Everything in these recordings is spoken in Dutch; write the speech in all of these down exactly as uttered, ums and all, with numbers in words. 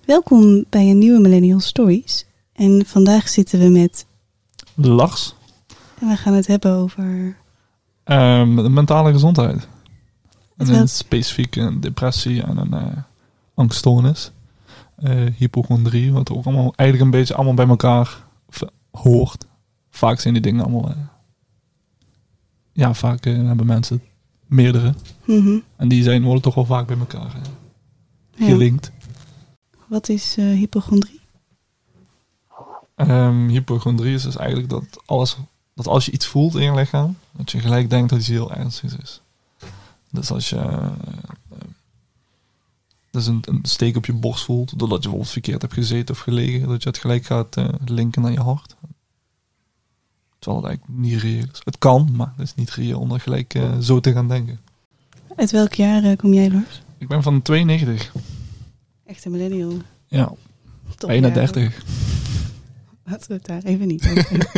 Welkom bij een nieuwe Millennial Stories. En vandaag zitten we met... Lars. En we gaan het hebben over... Um, de mentale gezondheid. En wel... een specifieke depressie en een uh, angststoornis. Uh, hypochondrie, wat ook allemaal eigenlijk een beetje allemaal bij elkaar hoort. Vaak zijn die dingen allemaal... Uh, ja, vaak uh, hebben mensen meerdere. Mm-hmm. En die zijn, worden toch wel vaak bij elkaar uh, gelinkt. Ja. Wat is uh, hypochondrie? Um, hypochondrie is dus eigenlijk dat, alles, dat als je iets voelt in je lichaam, dat je gelijk denkt dat iets heel ernstigs is. Dus als je uh, uh, dus een, een steek op je borst voelt, doordat je bijvoorbeeld verkeerd hebt gezeten of gelegen, dat je het gelijk gaat uh, linken naar je hart. Terwijl het eigenlijk niet reëel is. Het kan, maar het is niet reëel om er gelijk uh, zo te gaan denken. Uit welk jaar uh, kom jij, Lars? Ik ben van tweeënnegentig. Echt een millennial. Ja, Top bijna jaar. dertig. Laten we het daar even niet over hebben.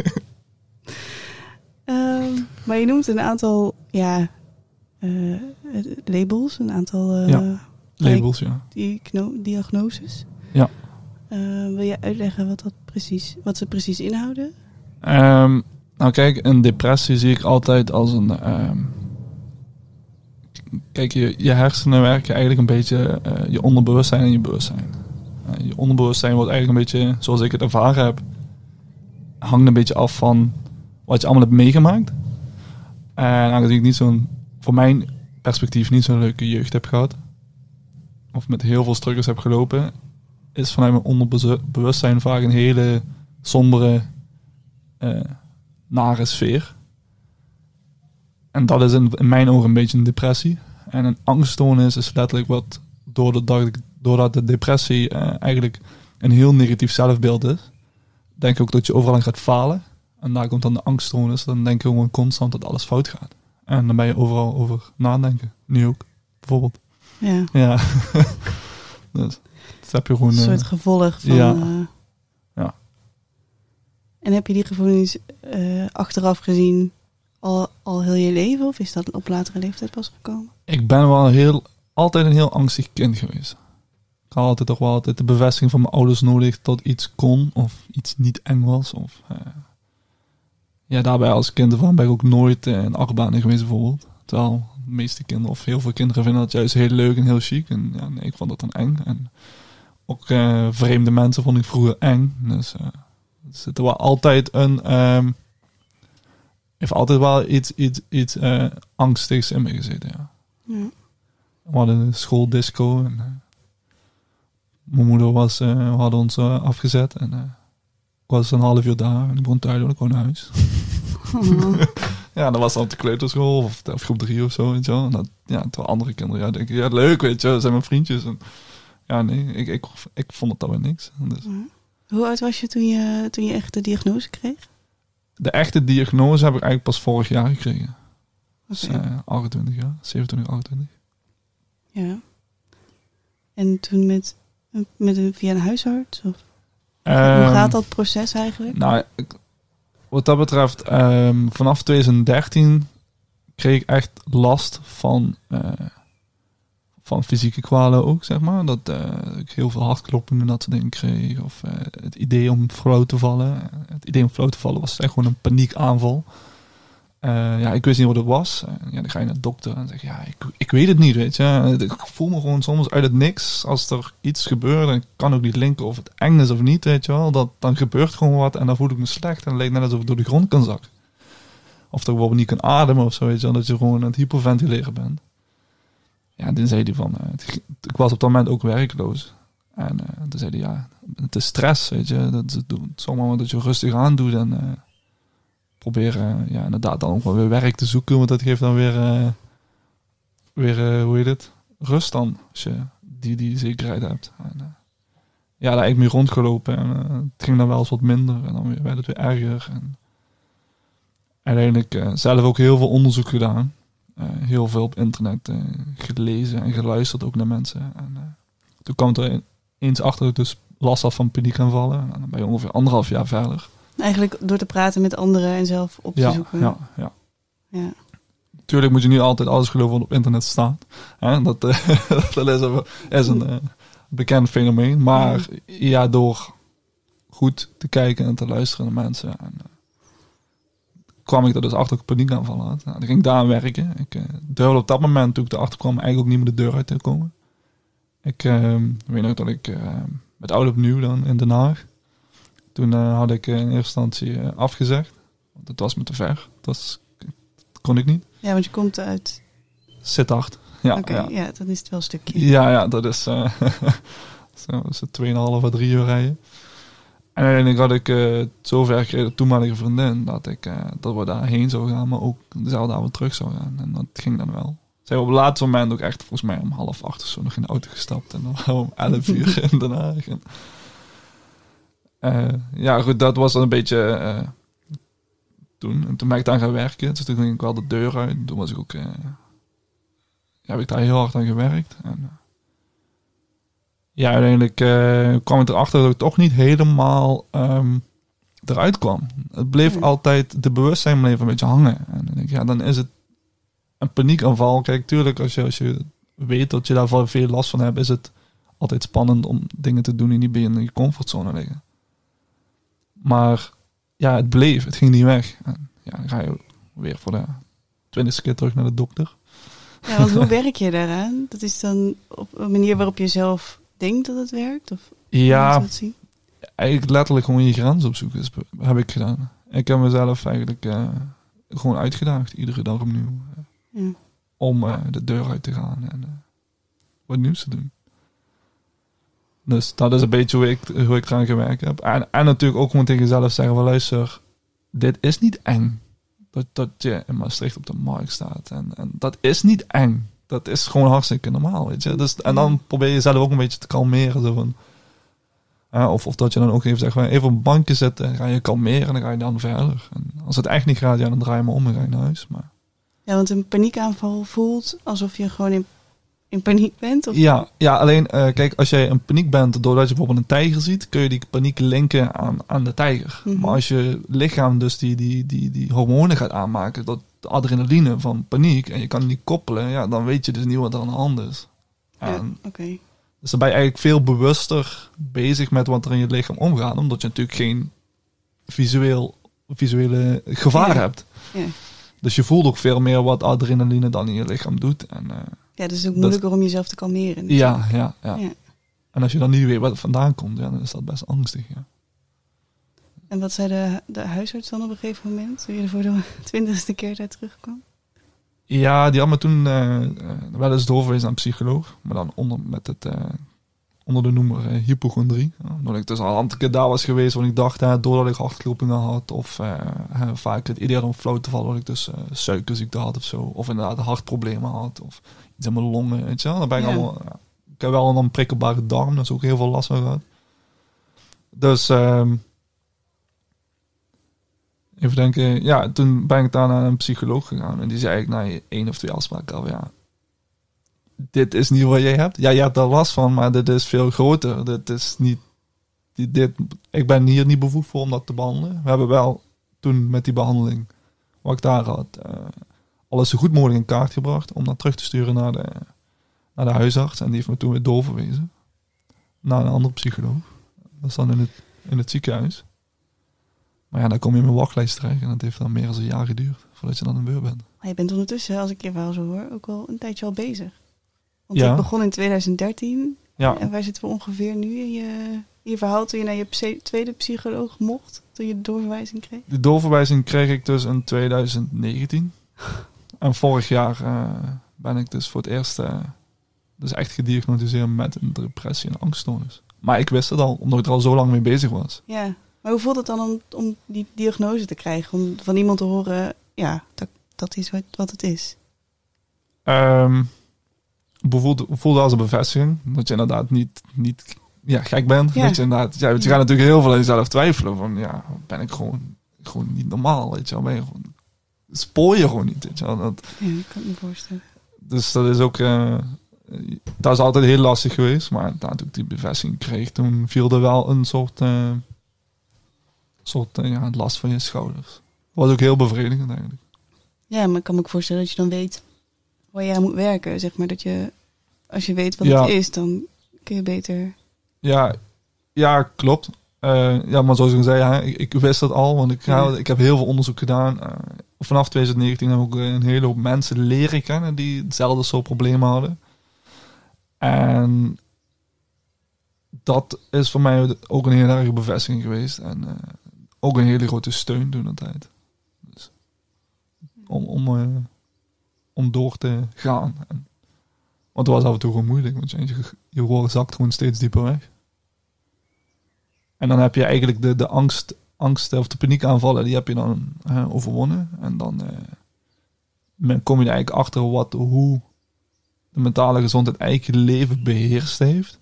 um, maar je noemt een aantal ja, uh, labels, een aantal uh, ja, labels, ja. Diagno- diagnoses. Ja. Uh, wil je uitleggen wat, dat precies, wat ze precies inhouden? Um, nou kijk, een depressie zie ik altijd als een... Um, kijk, je, je hersenen werken eigenlijk een beetje uh, je onderbewustzijn en je bewustzijn. Uh, je onderbewustzijn wordt eigenlijk een beetje, zoals ik het ervaren heb, hangt een beetje af van wat je allemaal hebt meegemaakt. En aangezien ik niet zo'n, voor mijn perspectief, niet zo'n leuke jeugd heb gehad, of met heel veel struggles heb gelopen, is vanuit mijn onderbewustzijn vaak een hele sombere, uh, nare sfeer. En dat is in, in mijn ogen een beetje een depressie. En een angststoornis is letterlijk wat, doordat, doordat de depressie uh, eigenlijk een heel negatief zelfbeeld is, denk ik ook dat je overal in gaat falen. En daar komt dan de angststoornis. Dan denk je gewoon constant dat alles fout gaat. En dan ben je overal over nadenken. Nu ook, bijvoorbeeld. Ja. Ja. Dus dat heb je gewoon... Een uh, soort gevolg van... Ja. Uh... ja. En heb je die gevoelens uh, achteraf gezien al, al heel je leven? Of is dat op latere leeftijd pas gekomen? Ik ben wel heel, altijd een heel angstig kind geweest. Ik had altijd toch wel altijd de bevestiging van mijn ouders nodig dat iets kon of iets niet eng was. Of, uh, ja, daarbij als kind van ben ik ook nooit uh, in achtbanen geweest bijvoorbeeld. Terwijl de meeste kinderen of heel veel kinderen vinden dat juist heel leuk en heel chic. En ja, nee, ik vond dat dan eng. En ook uh, vreemde mensen vond ik vroeger eng. Dus uh, er zit er wel altijd een... Um, heeft altijd wel iets, iets, iets uh, angstigs in me gezeten, ja. Ja. We hadden een schooldisco en uh, mijn moeder was, uh, we hadden ons uh, afgezet en uh, ik was een half uur daar en ik begon te huilen en ik kwam naar huis. Oh. Ja, dan was dan op de kleuterschool of, of groep drie of zo, weet je wel. En dat, ja, terwijl andere kinderen, ja, denken, ja, leuk, weet je, dat zijn mijn vriendjes. En, ja, nee, ik, ik, ik vond het dan weer niks. Dus. Ja. Hoe oud was je toen je, toen je echt de diagnose kreeg? De echte diagnose heb ik eigenlijk pas vorig jaar gekregen. Dus Okay. uh, achtentwintig jaar, zevenentwintig, achtentwintig. Ja. En toen met, met een, via een huisarts? Of? Um, Hoe gaat dat proces eigenlijk? Nou, ik, wat dat betreft, um, vanaf twintig dertien kreeg ik echt last van, uh, van fysieke kwalen ook, zeg maar. Dat uh, ik heel veel hartklopping en dat soort dingen kreeg. Of uh, het idee om flauw te vallen. Het idee om flauw te vallen was echt gewoon een paniekaanval. Uh, ja, ik wist niet wat het was. Uh, ja, dan ga je naar de dokter en zeg je, ja, ik, ik weet het niet, weet je. Ik voel me gewoon soms uit het niks. Als er iets gebeurt, en ik kan ook niet linken of het eng is of niet, weet je wel. Dat, dan gebeurt gewoon wat en dan voel ik me slecht. En het lijkt net alsof ik door de grond kan zakken. Of dat ik bijvoorbeeld niet kan ademen of zo, weet je wel. Dat je gewoon aan het hyperventileren bent. Ja, toen zei hij van, uh, het, ik was op dat moment ook werkloos. En uh, toen zei hij, ja, het is stress, weet je. Dat, dat, zomaar dat je rustig aan doet en... Uh, proberen, ja, inderdaad dan ook wel weer werk te zoeken, want dat geeft dan weer, uh, weer uh, hoe heet het, rust dan, als je die, die zekerheid hebt. En, uh, ja, daar heb ik mee rondgelopen en uh, het ging dan wel eens wat minder en dan weer, werd het weer erger. En uiteindelijk uh, zelf ook heel veel onderzoek gedaan, uh, heel veel op internet uh, gelezen en geluisterd ook naar mensen. En uh, toen kwam er eens achter dat ik dus last had van paniekaanvallen en dan ben je ongeveer anderhalf jaar verder. Eigenlijk door te praten met anderen en zelf op te ja, zoeken. Ja, ja. ja. Tuurlijk moet je niet altijd alles geloven wat op internet staat. Hè? Dat, uh, dat is, een, is een uh, bekend fenomeen. Maar ja, ja door goed te kijken en te luisteren naar mensen. En, uh, kwam ik er dus achter dat ik paniekaanval had. Nou, dan ging ik daar aan werken. Ik uh, durfde op dat moment, toen ik erachter kwam, eigenlijk ook niet meer de deur uit te komen. Ik uh, weet nog dat ik uh, met oud opnieuw dan in Den Haag. Toen uh, had ik uh, in eerste instantie uh, afgezegd. Want het was me te ver. Dat, was, dat kon ik niet. Ja, want je komt uit... Sittard. Ja, Oké, okay, ja. ja, dan is het wel een stukje. Ja, ja, dat is... Uh, zo, is het tweeënhalf à drie uur rijden. En uiteindelijk had ik uh, zover gekregen de toenmalige vriendin dat ik uh, dat we daarheen zou gaan, maar ook dezelfde avond terug zou gaan. En dat ging dan wel. Zijn we op het laatste moment ook echt volgens mij om half acht of zo nog in de auto gestapt. En dan waren we om elf uur in Den Haag. En, uh, ja, goed, dat was dan een beetje uh, toen. En toen ben ik daar gaan werken. Dus toen ging ik wel de deur uit. Toen was ik ook... Uh, ja, heb ik daar heel hard aan gewerkt. En, uh, ja, uiteindelijk uh, kwam ik erachter dat ik toch niet helemaal um, eruit kwam. Het bleef ja. altijd, de bewustzijn bleef een beetje hangen. En dan denk ik, ja, dan is het een paniekaanval. Kijk, tuurlijk, als je, als je weet dat je daar veel last van hebt, is het altijd spannend om dingen te doen die niet binnen je comfortzone liggen. Maar ja, het bleef, het ging niet weg. En ja, dan ga je weer voor de twintigste keer terug naar de dokter. Ja, want hoe werk je daaraan? Dat is dan op een manier waarop je zelf denkt dat het werkt? Of ja, dat zien? Eigenlijk letterlijk gewoon je grens opzoeken is, heb ik gedaan. Ik heb mezelf eigenlijk uh, gewoon uitgedaagd, iedere dag opnieuw. Uh, ja. Om uh, de deur uit te gaan en uh, wat nieuws te doen. Dus dat is een beetje hoe ik, hoe ik eraan gewerkt heb. En, en natuurlijk ook gewoon tegen jezelf zeggen van luister, dit is niet eng. Dat, dat je in Maastricht op de markt staat. En, en dat is niet eng. Dat is gewoon hartstikke normaal, weet je. Dus, en dan probeer je jezelf ook een beetje te kalmeren. Zo van, uh, of, of dat je dan ook even zegt, even op een bankje zitten en ga je kalmeren en dan ga je dan verder. En als het echt niet gaat, ja, dan draai je maar om en ga je naar huis. Maar... Ja, want een paniekaanval voelt alsof je gewoon in, in paniek bent? Of? Ja, ja, alleen uh, kijk, als jij in paniek bent doordat je bijvoorbeeld een tijger ziet, kun je die paniek linken aan, aan de tijger. Mm-hmm. Maar als je lichaam dus die, die, die, die hormonen gaat aanmaken, dat adrenaline van paniek, en je kan het niet koppelen, ja, dan weet je dus niet wat er aan de hand is. En, ja, okay. Dus dan ben je eigenlijk veel bewuster bezig met wat er in je lichaam omgaat, omdat je natuurlijk geen visueel, visuele gevaar ja. hebt. Ja. Dus je voelt ook veel meer wat adrenaline dan in je lichaam doet. En, uh, ja, dus het is ook moeilijker dat... om jezelf te kalmeren. Ja, ja, ja, ja. En als je dan niet weet waar het vandaan komt, ja, dan is dat best angstig. Ja. En wat zei de, de huisarts dan op een gegeven moment, toen je er voor de twintigste keer daar terugkwam? Ja, die had me toen uh, wel eens doorverwezen aan een psycholoog. Maar dan onder, met het, uh, onder de noemer uh, hypochondrie. Ja, omdat ik dus al een aantal keer daar was geweest, want ik dacht, uh, doordat ik hartkloppingen had. Of uh, uh, vaak het idee had om flauw te vallen, dat ik dus uh, suikerziekte had of zo. Of inderdaad hartproblemen had. Of iets in mijn longen, weet je wel. Dan ben ik ja. allemaal... Uh, ik heb wel een prikkelbare darm, daar is ook heel veel last van gehad. Dus... Um, Even denken, ja, toen ben ik daar naar een psycholoog gegaan. En die zei ik na één of twee afspraken al, ja, dit is niet wat jij hebt. Ja, je hebt daar last van, maar dit is veel groter. Dit is niet, dit, ik ben hier niet bevoegd voor om dat te behandelen. We hebben wel toen met die behandeling, wat ik daar had, uh, alles zo goed mogelijk in kaart gebracht. Om dat terug te sturen naar de, naar de huisarts. En die heeft me toen weer doorverwezen naar een andere psycholoog. Dat is dan in het, in het ziekenhuis. Maar ja, dan kom je in mijn wachtlijst terecht en dat heeft dan meer dan een jaar geduurd voordat je dan een beurt bent. Maar je bent ondertussen, als ik je verhaal zo hoor, ook al een tijdje al bezig. Want ja. Ik begon in twintig dertien ja. En waar zitten we ongeveer nu in je, in je verhaal toen je naar je pse- tweede psycholoog mocht, toen je de doorverwijzing kreeg? De doorverwijzing kreeg ik dus in twintig negentien. En vorig jaar uh, ben ik dus voor het eerst uh, dus echt gediagnosticeerd met een depressie en angststoornis. Maar ik wist het al, omdat ik er al zo lang mee bezig was. Ja. Maar hoe voelt het dan om, om die diagnose te krijgen? Om van iemand te horen, ja, dat, dat is wat, wat het is. Um, voelde, voelde als een bevestiging. Dat je inderdaad niet, niet ja, gek bent. Ja. Dat je inderdaad, ja, want je gaat natuurlijk heel veel aan jezelf twijfelen. Van ja, ben ik gewoon, gewoon niet normaal, weet je wel. Ben je gewoon, spoor je gewoon niet, weet je wel. Dat, ja, ik kan het me voorstellen. Dus dat is ook... Uh, dat is altijd heel lastig geweest. Maar toen ik die bevestiging kreeg, toen viel er wel een soort... Uh, soort ja, last van je schouders. Was ook heel bevredigend eigenlijk. Ja, maar ik kan me ook voorstellen dat je dan weet waar je aan moet werken. Zeg maar dat je, als je weet wat ja. het is, dan kun je beter... Ja, ja klopt. Uh, ja, maar zoals ik zei, hè, ik, ik wist dat al, want ik, ja. ik heb heel veel onderzoek gedaan. Uh, vanaf twintig negentien heb ik een hele hoop mensen leren kennen die hetzelfde soort problemen hadden. En dat is voor mij ook een hele erge bevestiging geweest. En uh, ook een hele grote steun toen de tijd. Dus, om, om, uh, om door te gaan. En, want het was af en toe gewoon moeilijk, want je, je roer zakt gewoon steeds dieper weg. En dan heb je eigenlijk de, de angst, angst of de paniekaanvallen, die heb je dan uh, overwonnen. En dan uh, kom je er eigenlijk achter wat, hoe de mentale gezondheid eigenlijk je leven beheerst heeft.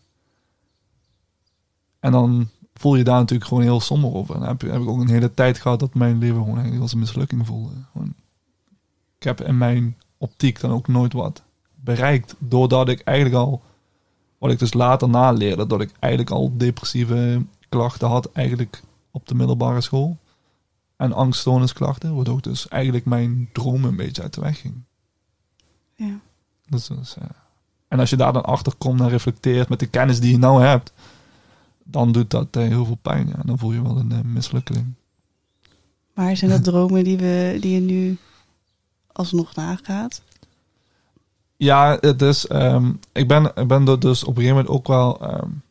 En dan voel je daar natuurlijk gewoon heel somber over. En dan heb, je, heb ik ook een hele tijd gehad dat mijn leven gewoon eigenlijk als een mislukking voelde. Gewoon, ik heb in mijn optiek dan ook nooit wat bereikt. Doordat ik eigenlijk al, wat ik dus later naleerde, dat ik eigenlijk al depressieve klachten had eigenlijk op de middelbare school. En angststoornisklachten, waardoor dus eigenlijk mijn droom een beetje uit de weg ging. Ja. Dus, dus, uh, en als je daar dan achter komt en reflecteert met de kennis die je nou hebt, dan doet dat uh, heel veel pijn. Ja. En dan voel je wel een uh, mislukking. Maar zijn dat dromen die, we, die je nu alsnog nagaat? Ja, het is... Um, ik ben, ik ben er dus op een gegeven moment ook wel... Um,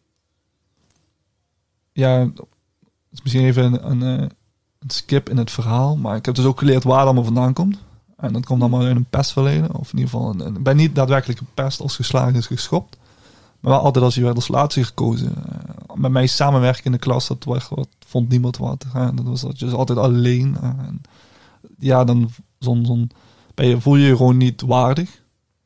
ja, het is misschien even een, een, een skip in het verhaal. Maar ik heb dus ook geleerd waar het allemaal vandaan komt. En dat komt allemaal in een pestverleden. Of in ieder geval... Een, een, ik ben niet daadwerkelijk gepest als geslagen is geschopt. Maar wel altijd als je werd als laatste gekozen. Uh, met mij samenwerken in de klas, dat was, wat, vond niemand wat. Uh, dat was dat je dus altijd alleen. Uh, en ja, dan zon, zon, ben je, voel je je gewoon niet waardig.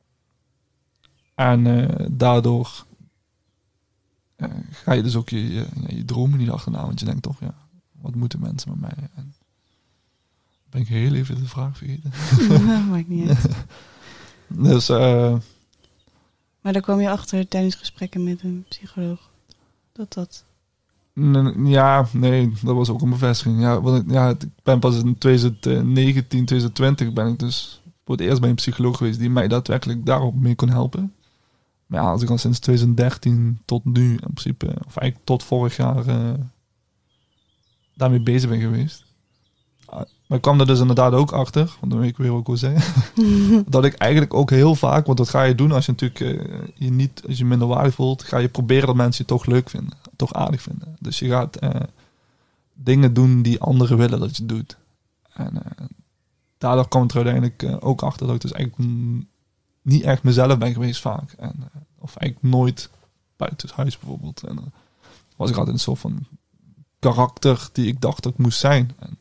En uh, daardoor uh, ga je dus ook je, je, je dromen niet achterna. Want je denkt toch, ja, wat moeten mensen met mij? En ben ik heel even de vraag vergeten. Dat maakt niet uit. Dus... Uh, Maar daar kwam je achter tijdens gesprekken met een psycholoog. Dat dat... Ja, nee, dat was ook een bevestiging. Ja, want ik, ja, ik ben pas in twintig negentien, twintig twintig ben ik dus voor het eerst bij een psycholoog geweest die mij daadwerkelijk daarop mee kon helpen. Maar ja, als ik al sinds twintig dertien tot nu, in principe, of eigenlijk tot vorig jaar, uh, daarmee bezig ben geweest. Maar ik kwam er dus inderdaad ook achter, want dan weet ik weer wat ik wil zeggen, dat ik eigenlijk ook heel vaak, want dat ga je doen als je natuurlijk uh, je niet, als je minder waardig voelt, ga je proberen dat mensen je toch leuk vinden, toch aardig vinden. Dus je gaat uh, dingen doen die anderen willen dat je doet. En uh, daardoor kwam ik er uiteindelijk uh, ook achter dat ik dus eigenlijk m- niet echt mezelf ben geweest vaak. En, uh, of eigenlijk nooit buiten het huis bijvoorbeeld. En uh, was ik altijd een soort van karakter die ik dacht dat ik moest zijn. En,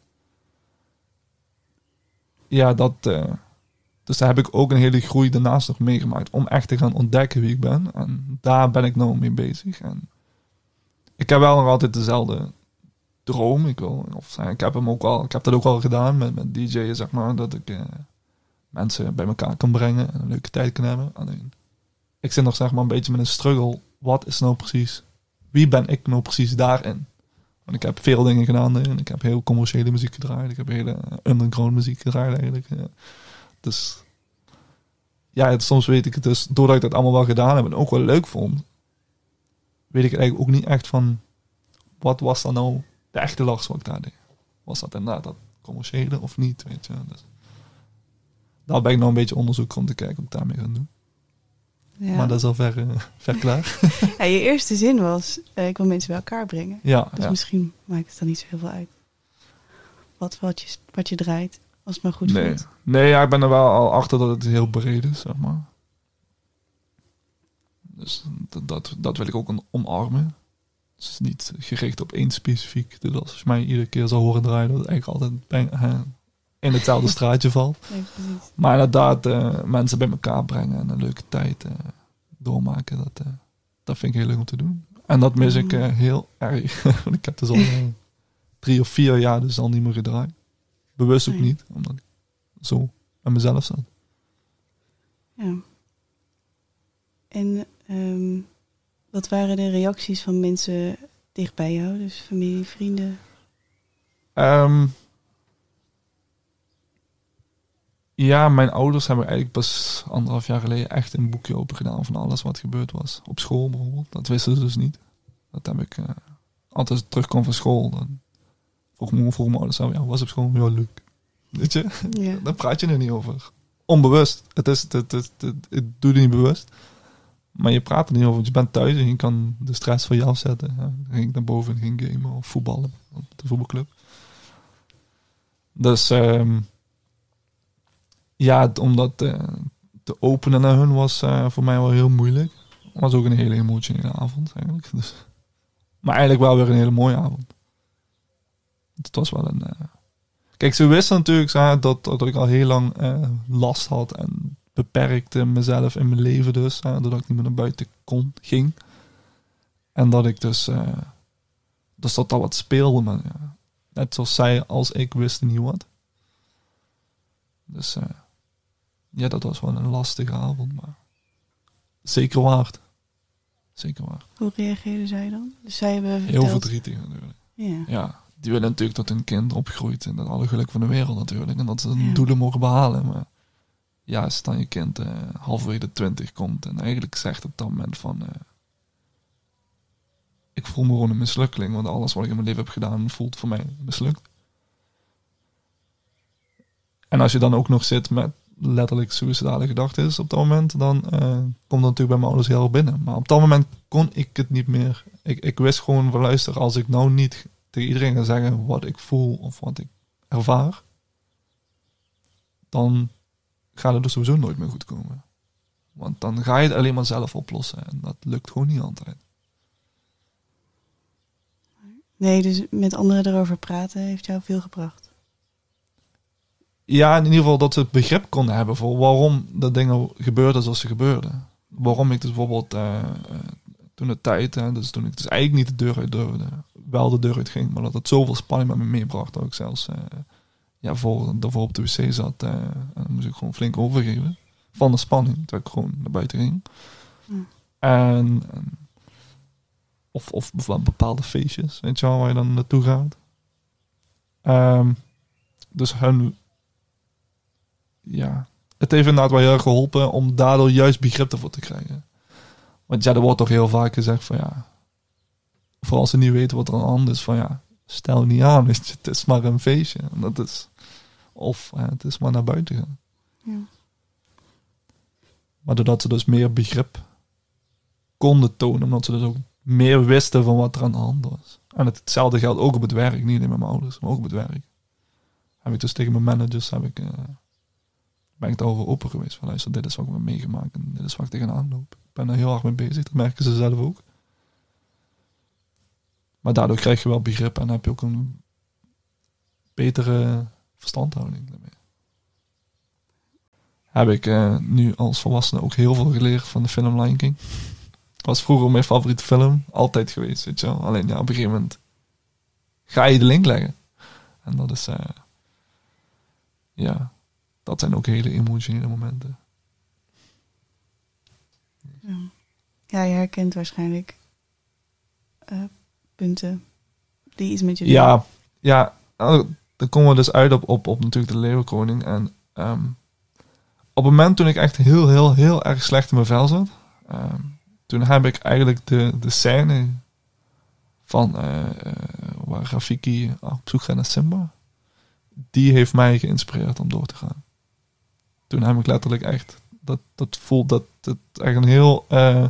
ja, dat... Uh, dus daar heb ik ook een hele groei daarnaast nog meegemaakt. Om echt te gaan ontdekken wie ik ben. En daar ben ik nou mee bezig. En ik heb wel nog altijd dezelfde droom. Ik, wil, of, ik heb hem ook al, ik heb dat ook al gedaan met, met D J'en, zeg maar. Dat ik uh, mensen bij elkaar kan brengen. En een leuke tijd kan hebben. Alleen, ik zit nog zeg maar een beetje met een struggle. Wat is nou precies... Wie ben ik nou precies daarin? Want ik heb veel dingen gedaan erin. Ik heb heel commerciële muziek gedraaid. Ik heb hele underground muziek gedraaid eigenlijk. Ja. Dus ja, het, soms weet ik het dus, doordat ik dat allemaal wel gedaan heb en ook wel leuk vond, weet ik eigenlijk ook niet echt van, wat was dan nou de echte Lars wat ik daar deed? Was dat inderdaad dat commerciële of niet, weet je? Dus daar ben ik nog een beetje onderzoek om te kijken wat ik daarmee ga doen. Ja. Maar dat is al ver, uh, ver klaar. Ja, je eerste zin was, uh, ik wil mensen bij elkaar brengen. Ja, dus ja. Misschien maakt het dan niet zo heel veel uit. Wat, wat, je, wat je draait, als het maar goed nee. voelt. Nee, ja, ik ben er wel al achter dat het heel breed is, zeg maar. Dus dat, dat, dat wil ik ook een omarmen. Het is niet gericht op één specifiek. Dus als je mij iedere keer zou horen draaien, dat het eigenlijk altijd bij, uh, in hetzelfde straatje valt. Nee, precies. Maar inderdaad, uh, mensen bij elkaar brengen en een leuke tijd uh, doormaken, dat, uh, dat vind ik heel leuk om te doen. En dat mis ik uh, heel erg. Want ik heb dus al uh, drie of vier jaar dus al niet meer gedraaid. Bewust ook nee. niet, omdat ik zo aan mezelf zat. Ja. En um, wat waren de reacties van mensen dicht bij jou? Dus familie, vrienden? Um, Ja, mijn ouders hebben eigenlijk pas anderhalf jaar geleden echt een boekje open gedaan van alles wat gebeurd was. Op school bijvoorbeeld. Dat wisten ze dus niet. Dat heb ik... Uh, altijd als ik terugkwam van school, dan vroeg mijn, vroeg mijn ouders aan, ja, was op school? Ja, leuk. Weet je? Ja. Daar praat je er niet over. Onbewust. Het is, het, het, het, het, het doe je niet bewust. Maar je praat er niet over. Want je bent thuis en je kan de stress van je afzetten. Ja, dan ging ik naar boven en ging gamen of voetballen op de voetbalclub. Dus um, ja, om dat uh, te openen naar hun was uh, voor mij wel heel moeilijk. Het was ook een hele emotionele avond eigenlijk. Dus, maar eigenlijk wel weer een hele mooie avond. Het was wel een... Uh, kijk, ze wisten natuurlijk uh, dat, dat ik al heel lang uh, last had en beperkte mezelf in mijn leven dus. Uh, doordat ik niet meer naar buiten kon, ging. En dat ik dus... Uh, dus dat dat wat speelde. Maar, ja. Net zoals zij als ik wisten niet wat. Dus uh, ja, dat was wel een lastige avond. Maar zeker waard. Zeker waard. Hoe reageerden zij dan? Dus zij hebben heel verdrietig natuurlijk. Ja. Ja, die willen natuurlijk dat hun kind opgroeit. En dat alle geluk van de wereld natuurlijk. En dat ze hun ja. doelen mogen behalen. Maar ja, als dan je kind uh, halverwege de twintig komt. En eigenlijk zegt op dat moment van... Uh, ik voel me gewoon een mislukkeling. Want alles wat ik in mijn leven heb gedaan voelt voor mij mislukt. En als je dan ook nog zit met letterlijk suïcidale gedachten op dat moment, dan uh, komt dat natuurlijk bij mijn ouders heel erg binnen. Maar op dat moment kon ik het niet meer. Ik, ik wist gewoon van luister, als ik nou niet tegen iedereen ga zeggen wat ik voel of wat ik ervaar, dan gaat het dus sowieso nooit meer goed komen. Want dan ga je het alleen maar zelf oplossen. En dat lukt gewoon niet altijd. Nee, dus met anderen erover praten heeft jou veel gebracht. Ja, in ieder geval dat ze het begrip konden hebben voor waarom de dingen gebeurden zoals ze gebeurden. Waarom ik dus bijvoorbeeld uh, uh, toen de tijd, uh, dus toen ik dus eigenlijk niet de deur uit durfde, wel de deur uit ging, maar dat het zoveel spanning met me meebracht dat ik zelfs uh, ja, voor, daarvoor op de wc zat uh, en dan moest ik gewoon flink overgeven van de spanning, terwijl ik gewoon naar buiten ging. Mm. En, en of, of bijvoorbeeld bepaalde feestjes, weet je wel, waar je dan naartoe gaat. Um, dus hun... Ja, het heeft inderdaad wel heel erg geholpen om daardoor juist begrip ervoor te krijgen. Want ja, er wordt toch heel vaak gezegd van ja, vooral als ze niet weten wat er aan de hand is, van ja, stel niet aan, weet je, het is maar een feestje. En dat is, of ja, het is maar naar buiten gaan. Ja. Maar doordat ze dus meer begrip konden tonen, omdat ze dus ook meer wisten van wat er aan de hand was. En hetzelfde geldt ook op het werk, niet alleen met mijn ouders, maar ook op het werk. Heb ik dus tegen mijn managers, heb ik... Uh, ben ik daarover open geweest. Van luister, dit is wat ik heb meegemaakt en dit is wat ik tegenaan loop. Ik ben er heel hard mee bezig, dat merken ze zelf ook. Maar daardoor krijg je wel begrip en heb je ook een betere verstandhouding daarmee. Heb ik uh, nu als volwassene ook heel veel geleerd van de film Lion King. Was vroeger mijn favoriete film, altijd geweest, weet je wel. Alleen ja, op een gegeven moment ga je de link leggen. En dat is, uh, ja... Dat zijn ook hele emotionele momenten. Ja, ja je herkent waarschijnlijk uh, punten die iets met je doen. Ja, ja, dan komen we dus uit op, op, op natuurlijk de Leeuwenkoning. En um, op het moment toen ik echt heel, heel, heel erg slecht in mijn vel zat, um, toen heb ik eigenlijk de, de scène van uh, uh, waar Rafiki op zoek gaat naar Simba, die heeft mij geïnspireerd om door te gaan. Toen heb ik letterlijk echt, dat, dat voelt dat het echt een heel uh,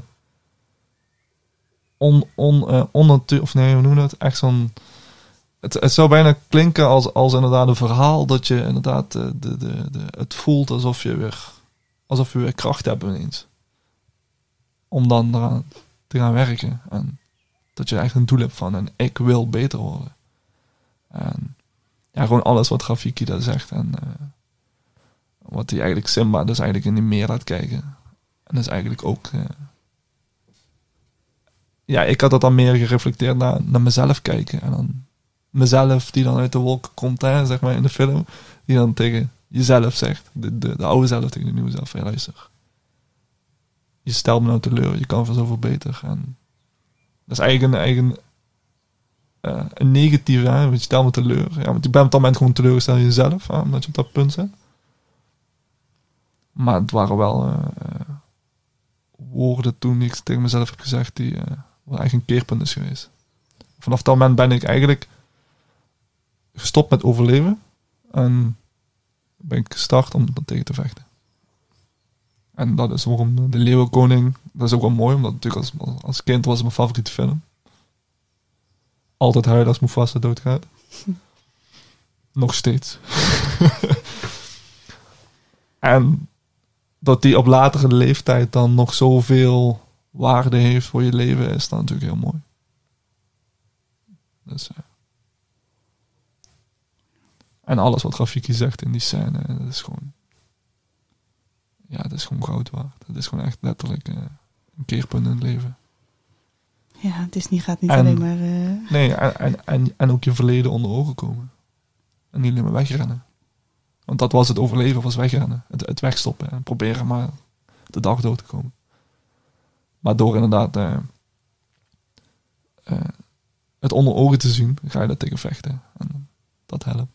on, on, uh, onnatuur, of nee, hoe noem je dat? Echt zo'n, het, het zou bijna klinken als, als inderdaad een verhaal dat je inderdaad, de, de, de, de, het voelt alsof je weer, alsof je weer kracht hebt ineens. Om dan eraan te gaan werken. En dat je echt een doel hebt van, en ik wil beter worden. En ja, gewoon alles wat Rafiki daar zegt en... Uh, wat hij eigenlijk Simba dus eigenlijk in die meer laat kijken. En dat is eigenlijk ook... Uh, ja, ik had dat dan meer gereflecteerd naar, naar mezelf kijken. En dan mezelf die dan uit de wolken komt, hè, zeg maar in de film. Die dan tegen jezelf zegt. De, de, de oude zelf tegen de nieuwe zelf. Ja, luister. Je stelt me nou teleur. Je kan van zoveel beter. En dat is eigenlijk een eigen... Uh, een negatieve, hè, want je stelt me teleur. Ja, want je bent op dat moment gewoon teleurgesteld in jezelf. Hè, omdat je op dat punt zit. Maar het waren wel uh, woorden toen ik tegen mezelf heb gezegd die uh, wel echt een keerpunt is geweest. Vanaf dat moment ben ik eigenlijk gestopt met overleven en ben ik gestart om dat tegen te vechten. En dat is waarom de Leeuwenkoning, dat is ook wel mooi, omdat natuurlijk als, als kind was het mijn favoriete film. Altijd huilen als Mufasa doodgaat. Nog steeds. En dat die op latere leeftijd dan nog zoveel waarde heeft voor je leven, is dan natuurlijk heel mooi. Dus, uh. En alles wat Rafiki zegt in die scène, dat is gewoon... Ja, dat is gewoon goud waard. Dat is gewoon echt letterlijk uh, een keerpunt in het leven. Ja, Disney gaat niet en, alleen maar... Uh... Nee, en, en, en, en ook je verleden onder ogen komen. En niet alleen maar wegrennen. Want dat was het overleven, was wegrennen. Het, het wegstoppen en proberen maar de dag door te komen. Maar door inderdaad uh, uh, het onder ogen te zien, ga je dat tegen vechten. En dat helpt.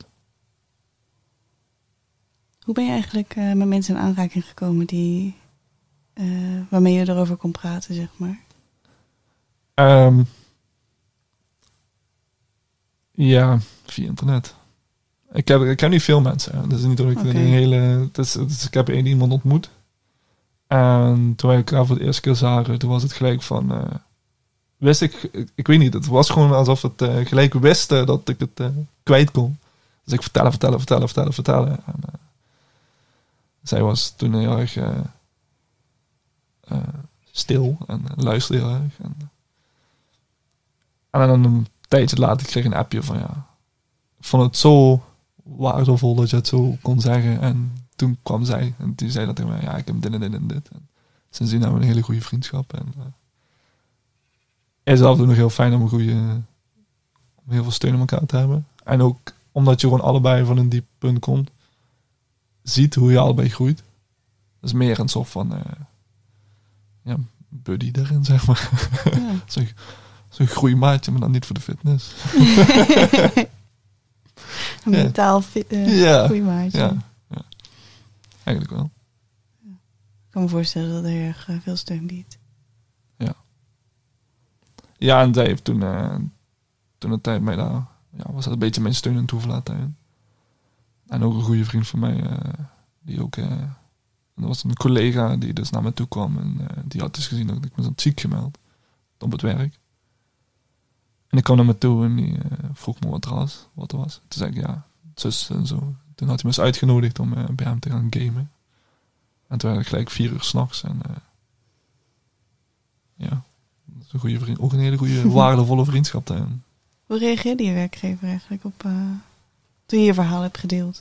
Hoe ben je eigenlijk uh, met mensen in aanraking gekomen die, uh, waarmee je erover kon praten, zeg maar? Um, ja, via internet. Ik heb, ik heb niet veel mensen. Dat is niet dat ik okay. een hele... Het is, het is, ik heb één iemand ontmoet. En toen wij elkaar voor de eerste keer zagen, toen was het gelijk van... Uh, wist ik, ik... Ik weet niet, het was gewoon alsof het uh, gelijk wist uh, dat ik het uh, kwijt kon. Dus ik vertellen, vertellen, vertellen, vertellen, vertellen. En, uh, zij was toen heel erg uh, uh, stil en uh, luisterde heel erg. En, en dan een tijdje later kreeg ik een appje van ja... Ik vond het zo waardevol dat je het zo kon zeggen. En toen kwam zij en die zei dat tegen mij, ja, ik heb dit en dit en dit. En sindsdien hebben we een hele goede vriendschap. En uh, is het af en toe nog heel fijn om een goede, om heel veel steun om elkaar te hebben. En ook omdat je gewoon allebei van een diep punt komt, ziet hoe je allebei groeit. Dat is meer een soort van uh, ja, buddy erin, zeg maar. Ja. Zo'n zo groeimaatje, maar dan niet voor de fitness. Een mentaal fit, uh, ja. groeimaatje. Ja. Ja, eigenlijk wel. Ja. Ik kan me voorstellen dat hij erg uh, veel steun biedt. Ja. Ja, en zij heeft toen, uh, toen een tijd mij daar, ja, was dat een beetje mijn steun en toeverlaat daarin. En ook een goede vriend van mij, uh, die ook, uh, dat was een collega die dus naar me toe kwam en uh, die had dus gezien dat ik me had ziek gemeld op het werk. En ik kwam naar me toe en die uh, vroeg me wat er was. Wat er was. Toen zei ik ja, zus en zo. Toen had hij me eens uitgenodigd om uh, bij hem te gaan gamen. En toen waren ik gelijk vier uur 's nachts. En uh, ja, dat is een goede vriend. Ook een hele goede, waardevolle vriendschap daarin. Hoe reageerde je werkgever eigenlijk op uh, toen je je verhaal hebt gedeeld?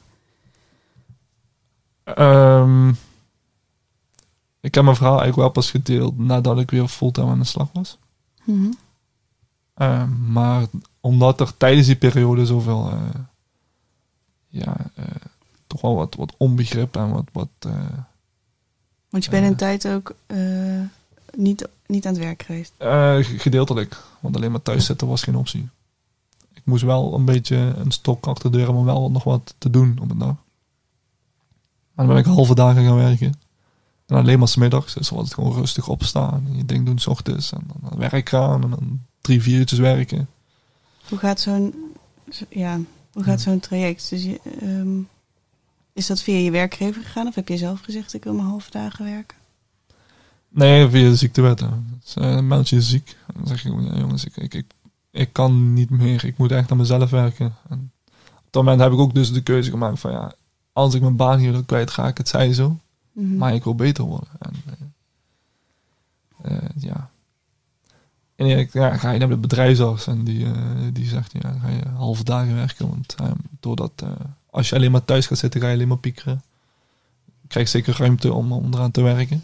Um, ik heb mijn verhaal eigenlijk wel pas gedeeld nadat ik weer fulltime aan de slag was. Mm-hmm. Uh, maar omdat er tijdens die periode zoveel uh, ja, uh, toch wel wat, wat onbegrip en wat... wat uh, Want je bent uh, een tijd ook uh, niet, niet aan het werk geweest? Uh, gedeeltelijk, want alleen maar thuis zitten was geen optie. Ik moest wel een beetje een stok achter de deur om wel nog wat te doen op een dag. Maar dan ben ik halve dagen gaan werken. En alleen maar 's middags, dus dan was het gewoon rustig opstaan en je ding doen 's ochtends en dan naar werk gaan en dan drie, vier uurtjes werken. Hoe gaat zo'n, ja, hoe gaat zo'n traject? Dus je, um, is dat via je werkgever gegaan of heb je zelf gezegd ik wil maar halve dagen werken? Nee, via de ziektewetten. Dus, uh, een maandje ziek. En dan zeg je ja, jongens, ik, ik, ik, ik kan niet meer. Ik moet echt aan mezelf werken. En op dat moment heb ik ook dus de keuze gemaakt van ja, als ik mijn baan hier kwijt ga, ik het zij zo. Mm-hmm. Maar ik wil beter worden. En, uh, uh, ja. En ik, ja, ga je naar de bedrijfsarts en die, uh, die zegt, ja, ga je halve dagen werken. Want uh, doordat, uh, als je alleen maar thuis gaat zitten, ga je alleen maar piekeren. Je krijgt zeker ruimte om, om eraan te werken.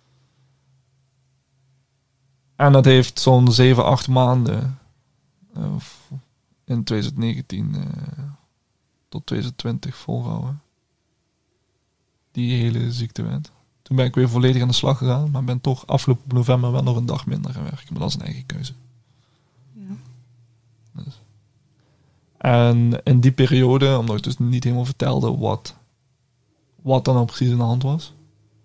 En dat heeft zo'n zeven, acht maanden uh, in twintig negentien uh, tot twintig twintig volgehouden. Die hele ziektewet. Toen ben ik weer volledig aan de slag gegaan, maar ben toch afgelopen november wel nog een dag minder gaan werken. Maar dat is een eigen keuze. Ja. Dus. En in die periode, omdat ik dus niet helemaal vertelde wat, wat dan nou precies in de hand was,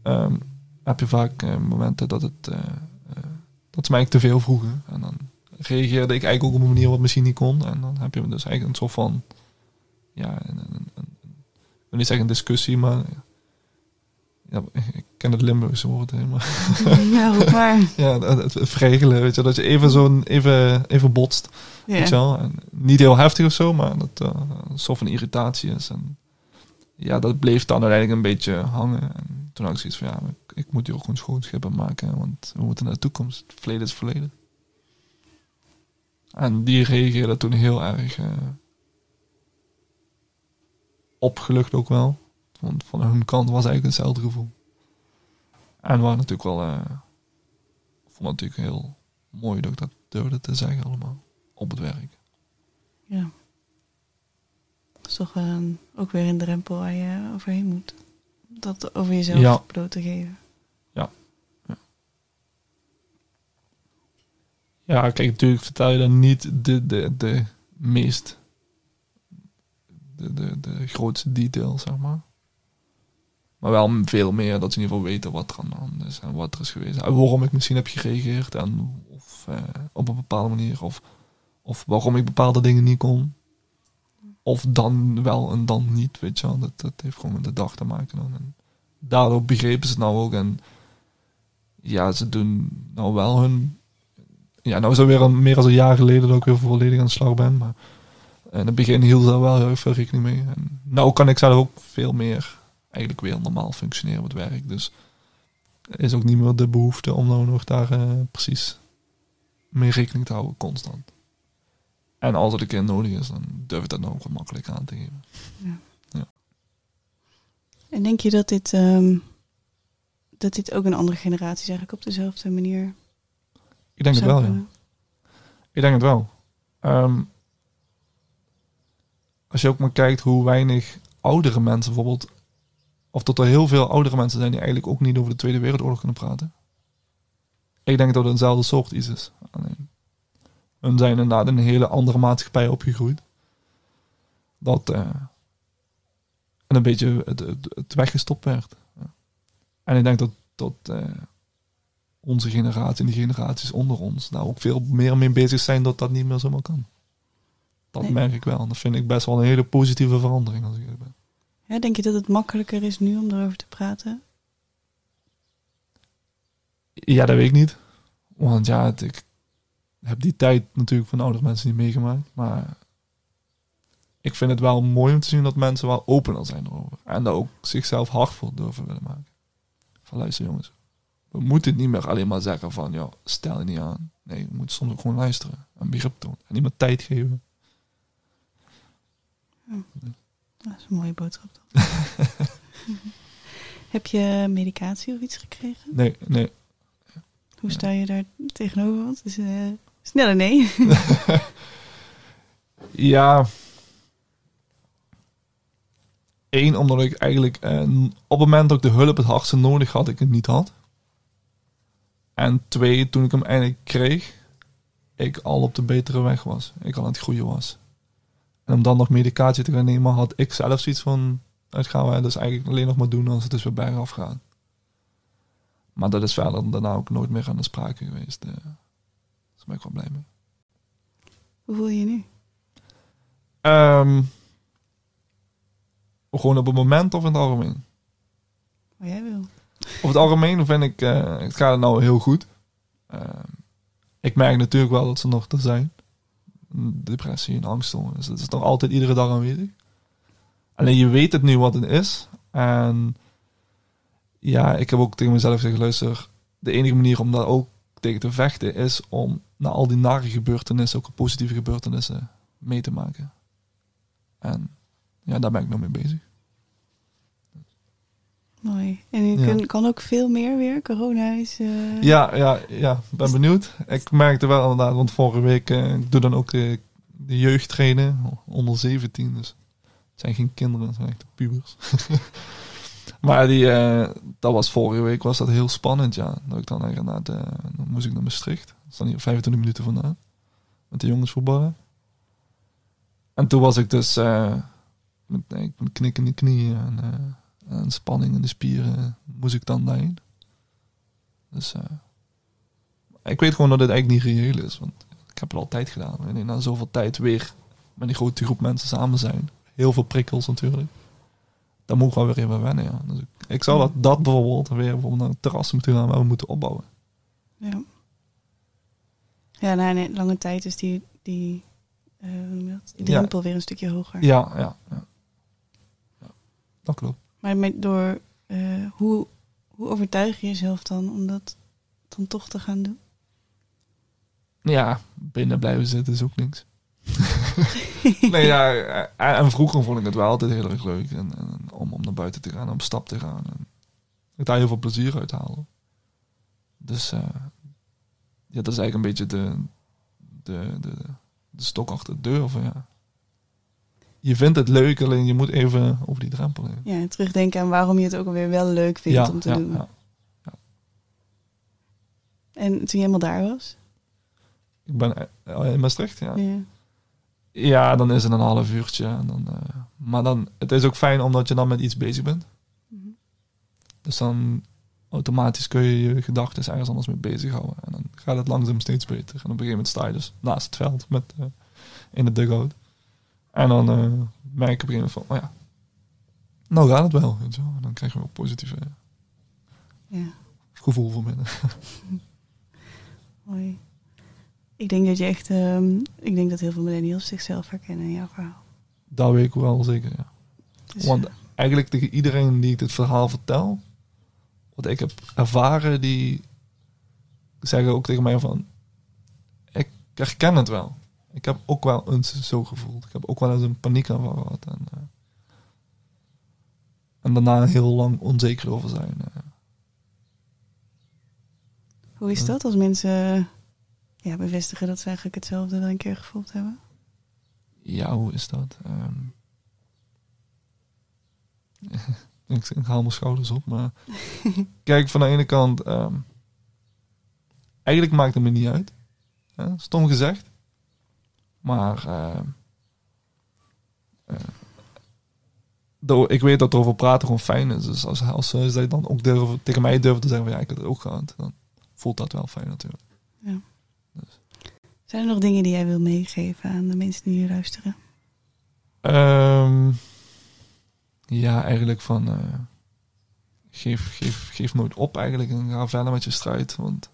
um, heb je vaak uh, momenten dat het uh, uh, dat ze mij eigenlijk te veel vroegen. En dan reageerde ik eigenlijk ook op een manier wat misschien niet kon. En dan heb je dus eigenlijk een soort van, ja, een, een, een, een, ik wil niet zeggen een discussie, maar ja, ik ken het Limburgse woord helemaal. Ja, goed maar. Ja, het, het verregelen, weet je, dat je even zo'n, even, even botst, Ja. weet je wel. En niet heel heftig of zo, maar dat uh, een soort van irritatie is. En ja, dat bleef dan uiteindelijk een beetje hangen. En toen had ik zoiets van, ja, ik, ik moet hier ook gewoon schoonschippen maken, want we moeten naar de toekomst. Het verleden is verleden. En die reageerde toen heel erg uh, opgelucht ook wel. Want van hun kant was eigenlijk hetzelfde gevoel. En waren natuurlijk wel, uh, ik vond het natuurlijk heel mooi dat ik dat durfde te zeggen allemaal. Op het werk. Ja. Dat is toch uh, ook weer een drempel waar je overheen moet. Dat over jezelf ja. bloot te geven. Ja. ja. Ja, kijk, natuurlijk vertel je dan niet de, de, de meest, de, de, de grootste details, zeg maar. Maar wel veel meer, dat ze in ieder geval weten wat er aan de hand is en wat er is geweest. En waarom ik misschien heb gereageerd en of uh, op een bepaalde manier. Of, of waarom ik bepaalde dingen niet kon. Of dan wel en dan niet, weet je wel. Dat, dat heeft gewoon met de dag te maken dan. En daardoor begrepen ze het nou ook. En ja, ze doen nou wel hun... Ja, nou is het weer een, meer dan een jaar geleden dat ik weer volledig aan de slag ben. Maar in het begin hield ze daar wel heel veel rekening mee. En nou kan ik zelf ook veel meer eigenlijk weer normaal functioneren op het werk. Dus er is ook niet meer de behoefte om nou nog daar uh, precies mee rekening te houden, constant. En als het een keer nodig is, dan durf ik dat nou ook wel makkelijk aan te geven. Ja. Ja. En denk je dat dit, um, dat dit ook een andere generatie eigenlijk op dezelfde manier Ik denk het wel, kunnen? ja. Ik denk het wel. Um, als je ook maar kijkt hoe weinig oudere mensen bijvoorbeeld, of dat er heel veel oudere mensen zijn die eigenlijk ook niet over de Tweede Wereldoorlog kunnen praten. Ik denk dat het eenzelfde soort iets is. Alleen, hun zijn inderdaad in een hele andere maatschappij opgegroeid. Dat uh, en een beetje het, het, het weggestopt werd. Ja. En ik denk dat, dat uh, onze generatie en die generaties onder ons daar ook veel meer mee bezig zijn dat dat niet meer zomaar kan. Dat nee. merk ik wel. En dat vind ik best wel een hele positieve verandering als ik eerlijk ben. Ja, denk je dat het makkelijker is nu om erover te praten? Ja, dat weet ik niet. Want ja, het, ik heb die tijd natuurlijk van oudere mensen niet meegemaakt. Maar ik vind het wel mooi om te zien dat mensen wel opener zijn erover. En dat ook zichzelf hard voor durven willen maken. Van luister jongens, we moeten het niet meer alleen maar zeggen van ja, stel je niet aan. Nee, we moeten soms ook gewoon luisteren en begrip tonen. En iemand tijd geven. Ja. Dat is een mooie boodschap dan. Heb je medicatie of iets gekregen? Nee, nee. Hoe sta je daar tegenover? Want het is uh, snelle nee. Ja. Eén, omdat ik eigenlijk uh, op het moment dat ik de hulp het hardste nodig had, ik het niet had. En twee, toen ik hem eindelijk kreeg, ik al op de betere weg was. Ik al aan het groeien was. En om dan nog medicatie te gaan nemen, had ik zelf zoiets van, dat gaan wij dus eigenlijk alleen nog maar doen als het dus weer bergaf gaat. Maar dat is verder daarna ook nooit meer aan de sprake geweest. Uh, daar ben ik wel blij mee. Hoe voel je je nu? Um, gewoon op het moment of in het algemeen? Wat jij wil. Op het algemeen vind ik, uh, het gaat nou heel goed. Uh, ik merk natuurlijk wel dat ze nog er zijn. Depressie en angststoornis. Dat is nog altijd iedere dag aanwezig. Alleen je weet het nu wat het is. En ja, ik heb ook tegen mezelf gezegd, luister, de enige manier om daar ook tegen te vechten is om na al die nare gebeurtenissen ook positieve gebeurtenissen mee te maken. En ja, daar ben ik nog mee bezig. Mooi. En je ja. kun, kan ook veel meer weer? Corona is... Uh... Ja, ja, ja, ben benieuwd. Ik merkte wel inderdaad, want vorige week, uh, ik doe dan ook de, de jeugd trainen, onder zeventien. Dus het zijn geen kinderen, het zijn echt pubers. Maar die, uh, dat was vorige week, was dat heel spannend, ja. Dat ik dan eigenlijk naar de, dan moest ik naar Maastricht. Dat is dan hier vijfentwintig minuten vandaan. Met de jongens voetballen. En toen was ik dus uh, met, met knikkende knieën en... Uh, en spanning in de spieren. moest ik dan daarheen. Dus uh, ik weet gewoon dat het eigenlijk niet reëel is. Want ik heb het altijd gedaan. En na zoveel tijd weer met die grote groep mensen samen zijn. Heel veel prikkels natuurlijk. Dan moet ik wel weer even wennen, ja. Dus ik, ik zou dat, dat bijvoorbeeld weer bijvoorbeeld naar het terras moeten gaan waar we moeten opbouwen. Ja. Ja, na een lange tijd is die, die, uh, hoe noem je dat? die drempel ja. weer een stukje hoger. Ja, ja, ja. ja dat klopt. Maar met, door, uh, hoe, hoe overtuig je jezelf dan om dat dan toch te gaan doen? Ja, binnen blijven zitten is ook niks. nee, ja, en vroeger vond ik het wel altijd heel erg leuk. En, en, om, om naar buiten te gaan, om stap te gaan. En ik daar heel veel plezier uit halen. Dus uh, ja, dat is eigenlijk een beetje de, de, de, de stok achter de deur. Van, ja. Je vindt het leuk, alleen je moet even over die drempel heen. Ja, terugdenken aan waarom je het ook alweer wel leuk vindt ja, om te ja, doen. Ja, ja. En toen je helemaal daar was? Ik ben in Maastricht, ja. ja. Ja, dan is het een half uurtje. En dan, uh, maar dan, het is ook fijn omdat je dan met iets bezig bent. Mm-hmm. Dus dan automatisch kun je je gedachten ergens anders mee bezighouden. En dan gaat het langzaam steeds beter. En op een gegeven moment sta je dus naast het veld met, uh, in de dugout. En dan uh, merk ik op een gegeven moment van, oh ja, nou gaat het wel. Weet je wel. En dan krijg je ook positieve uh, ja. gevoel van binnen. Mooi. Ik denk dat je echt, um, ik denk dat heel veel millennials zichzelf herkennen in jouw verhaal. Dat weet ik wel zeker, ja. Dus, want eigenlijk tegen iedereen die ik dit verhaal vertel, wat ik heb ervaren, die zeggen ook tegen mij van, ik herken het wel. Ik heb ook wel eens zo gevoeld. Ik heb ook wel eens een paniekaanval gehad. En, uh, en daarna heel lang onzeker over zijn. Uh. Hoe is dat als mensen ja, bevestigen dat ze eigenlijk hetzelfde wel een keer gevoeld hebben? Ja, hoe is dat? Um, ik, ik haal mijn schouders op, maar kijk, van de ene kant, um, eigenlijk maakt het me niet uit. Hè? Stom gezegd. Maar uh, uh, door, ik weet dat erover praten gewoon fijn is. Dus als, als zij dan ook durven, tegen mij durven te zeggen van ja, ik heb het ook gehad, dan voelt dat wel fijn natuurlijk. Ja. Dus. Zijn er nog dingen die jij wil meegeven aan de mensen die hier luisteren? Um, ja, eigenlijk van uh, geef, geef, geef nooit op eigenlijk en ga verder met je strijd. Want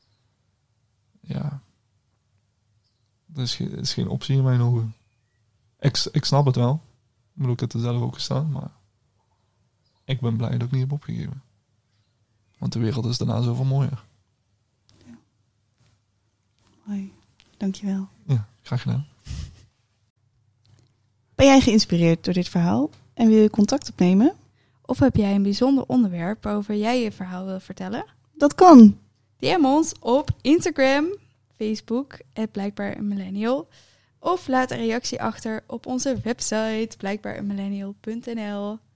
ja, dat is, ge- dat is geen optie in mijn ogen. Ik, ik snap het wel. Ik bedoel, ik heb er zelf ook gestaan, maar ik ben blij dat ik niet heb opgegeven. Want de wereld is daarna zoveel mooier. Ja. Hoi, dankjewel. Ja, graag gedaan. Ben jij geïnspireerd door dit verhaal en wil je contact opnemen? Of heb jij een bijzonder onderwerp waarover jij je verhaal wil vertellen? Dat kan. D M ons op Instagram, Facebook, at blijkbaar een millennial. Of laat een reactie achter op onze website blijkbaar een millennial punt n l.